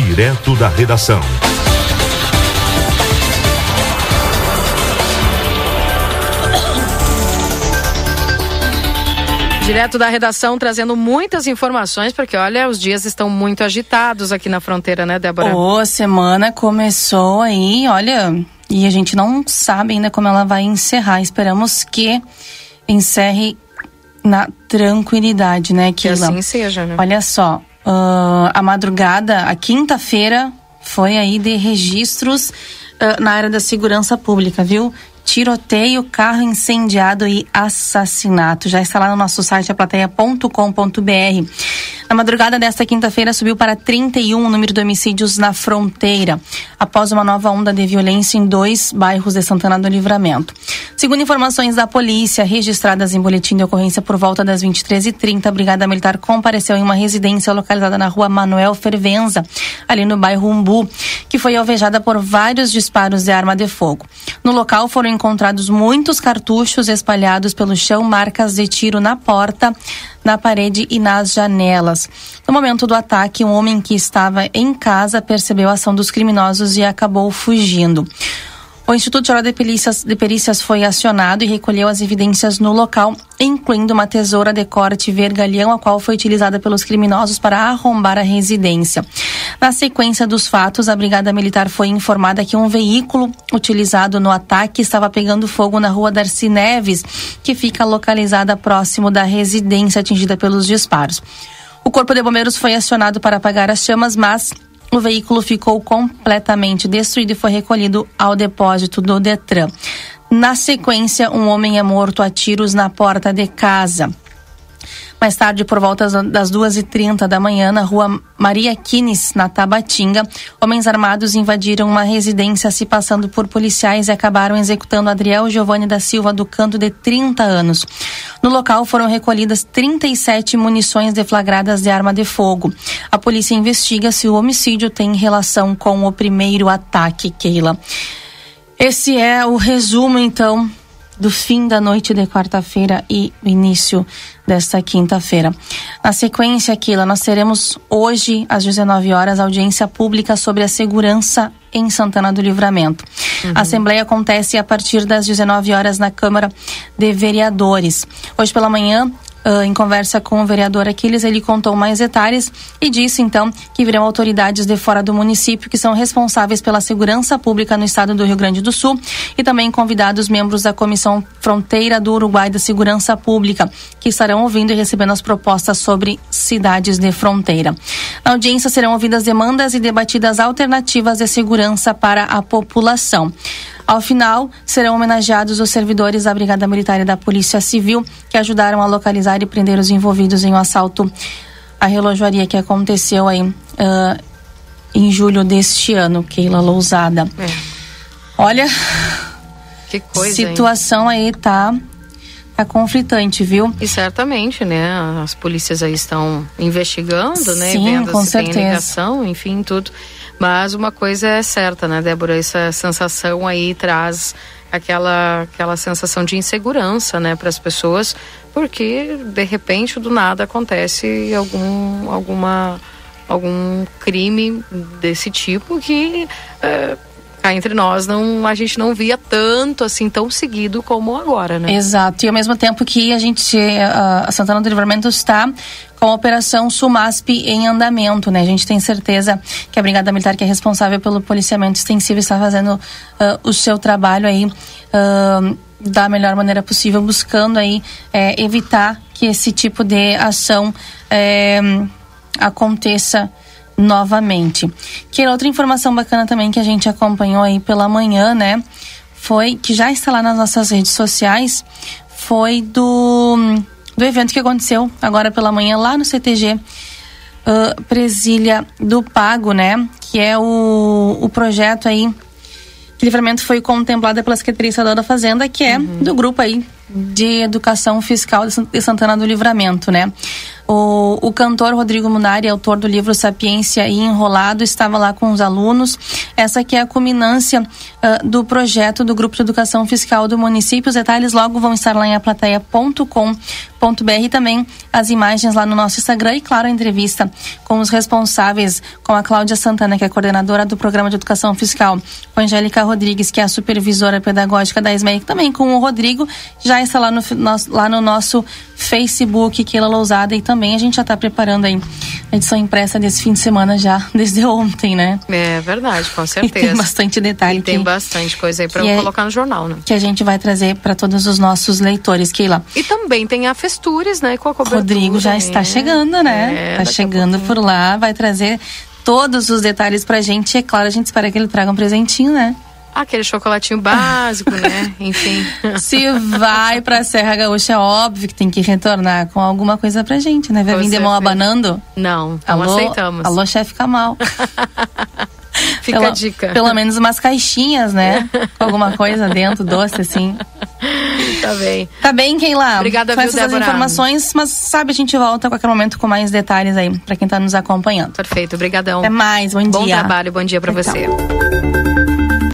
Direto da redação. Direto da redação, trazendo muitas informações, porque olha, os dias estão muito agitados aqui na fronteira, né, Débora? A semana começou aí, olha, e a gente não sabe ainda como ela vai encerrar. Esperamos que encerre na tranquilidade, né, Keila? Que assim seja, né? Olha só, a madrugada, a quinta-feira, foi aí de registros na área da segurança pública, viu? Tiroteio, carro incendiado e assassinato. Já está lá no nosso site, aplateia.com.br. Na madrugada desta quinta-feira subiu para 31 o número de homicídios na fronteira, após uma nova onda de violência em 2 bairros de Santana do Livramento. Segundo informações da polícia, registradas em boletim de ocorrência por volta das 23h30, a Brigada Militar compareceu em uma residência localizada na rua Manuel Fervenza, ali no bairro Umbu, que foi alvejada por vários disparos de arma de fogo. No local foram encontrados muitos cartuchos espalhados pelo chão, marcas de tiro na porta, na parede e nas janelas. No momento do ataque, um homem que estava em casa percebeu a ação dos criminosos e acabou fugindo. O Instituto Geral de Perícias foi acionado e recolheu as evidências no local, incluindo uma tesoura de corte vergalhão, a qual foi utilizada pelos criminosos para arrombar a residência. Na sequência dos fatos, a Brigada Militar foi informada que um veículo utilizado no ataque estava pegando fogo na rua Darcy Neves, que fica localizada próximo da residência atingida pelos disparos. O Corpo de Bombeiros foi acionado para apagar as chamas, mas o veículo ficou completamente destruído e foi recolhido ao depósito do Detran. Na sequência, um homem é morto a tiros na porta de casa. Mais tarde, por volta das 2h30 da manhã, na rua Maria Quines, na Tabatinga, homens armados invadiram uma residência se passando por policiais e acabaram executando Adriel Giovanni da Silva do Canto, de 30 anos. No local foram recolhidas 37 munições deflagradas de arma de fogo. A polícia investiga se o homicídio tem relação com o primeiro ataque, Keila. Esse é o resumo, então, do fim da noite de quarta-feira e o início desta quinta-feira. Na sequência, Keila, nós teremos hoje, às 19 horas, audiência pública sobre a segurança em Santana do Livramento. A Assembleia acontece a partir das 19 horas na Câmara de Vereadores. Hoje pela manhã, em conversa com o vereador Aquiles, ele contou mais detalhes e disse então que virão autoridades de fora do município que são responsáveis pela segurança pública no estado do Rio Grande do Sul e também convidados membros da Comissão Fronteira do Uruguai da Segurança Pública, que estarão ouvindo e recebendo as propostas sobre cidades de fronteira. Na audiência serão ouvidas demandas e debatidas alternativas de segurança para a população. Ao final, serão homenageados os servidores da Brigada Militar e da Polícia Civil que ajudaram a localizar e prender os envolvidos em um assalto à relojoaria que aconteceu aí em julho deste ano, Keila Lousada. Olha, que coisa, situação hein? Aí tá conflitante, viu? E certamente, né, as polícias aí estão investigando, né? Sim, vendo com se certeza. tem ligação, enfim, tudo. Mas uma coisa é certa, né, Débora? Essa sensação aí traz aquela sensação de insegurança, né, para as pessoas, porque de repente do nada acontece algum crime desse tipo que cá entre nós a gente não via tanto assim, tão seguido como agora, né? Exato, e ao mesmo tempo que a Santana do Livramento está com a Operação SUMASP em andamento, né? A gente tem certeza que a Brigada Militar, que é responsável pelo policiamento extensivo, está fazendo o seu trabalho aí da melhor maneira possível, buscando aí evitar que esse tipo de ação aconteça novamente. Que outra informação bacana também que a gente acompanhou aí pela manhã, né? Foi que já está lá nas nossas redes sociais, foi do evento que aconteceu agora pela manhã lá no CTG Presília do Pago, né? Que é o projeto aí que Livramento foi contemplada pela Secretaria Estadual da Fazenda, que é do grupo aí de educação fiscal de Santana do Livramento, né? O cantor Rodrigo Munari, autor do livro Sapiência e Enrolado, estava lá com os alunos. Essa aqui é a culminância do projeto do Grupo de Educação Fiscal do município. Os detalhes logo vão estar lá em aplateia.com.br. e também as imagens lá no nosso Instagram e, claro, a entrevista com os responsáveis, com a Cláudia Santana, que é coordenadora do Programa de Educação Fiscal, com a Angélica Rodrigues, que é a supervisora pedagógica da SMEI, também com o Rodrigo, já está lá no nosso Facebook, Keila Lousada, e também a gente já está preparando aí a edição impressa desse fim de semana já, desde ontem, né? É verdade, com certeza. E tem bastante detalhe. E tem bastante coisa aí para colocar no jornal, né? Que a gente vai trazer para todos os nossos leitores, Keila. E também tem a Festures, né? Com a cobertura. Rodrigo já está chegando, né? Tá chegando por lá, vai trazer todos os detalhes pra gente. E é claro, a gente espera que ele traga um presentinho, né? Aquele chocolatinho básico, né? Enfim. Se vai pra Serra Gaúcha, é óbvio que tem que retornar com alguma coisa pra gente, né? Vai vir de mão abanando? Não aceitamos. Alô, chefe Camal. Fica a dica. Pelo menos umas caixinhas, né? Com alguma coisa dentro, doce, assim. Tá bem. Tá bem, Keila. Obrigada, com essas informações, mas sabe, a gente volta a qualquer momento com mais detalhes aí, pra quem tá nos acompanhando. Perfeito, obrigadão. Até mais, bom dia. Bom trabalho, bom dia pra você.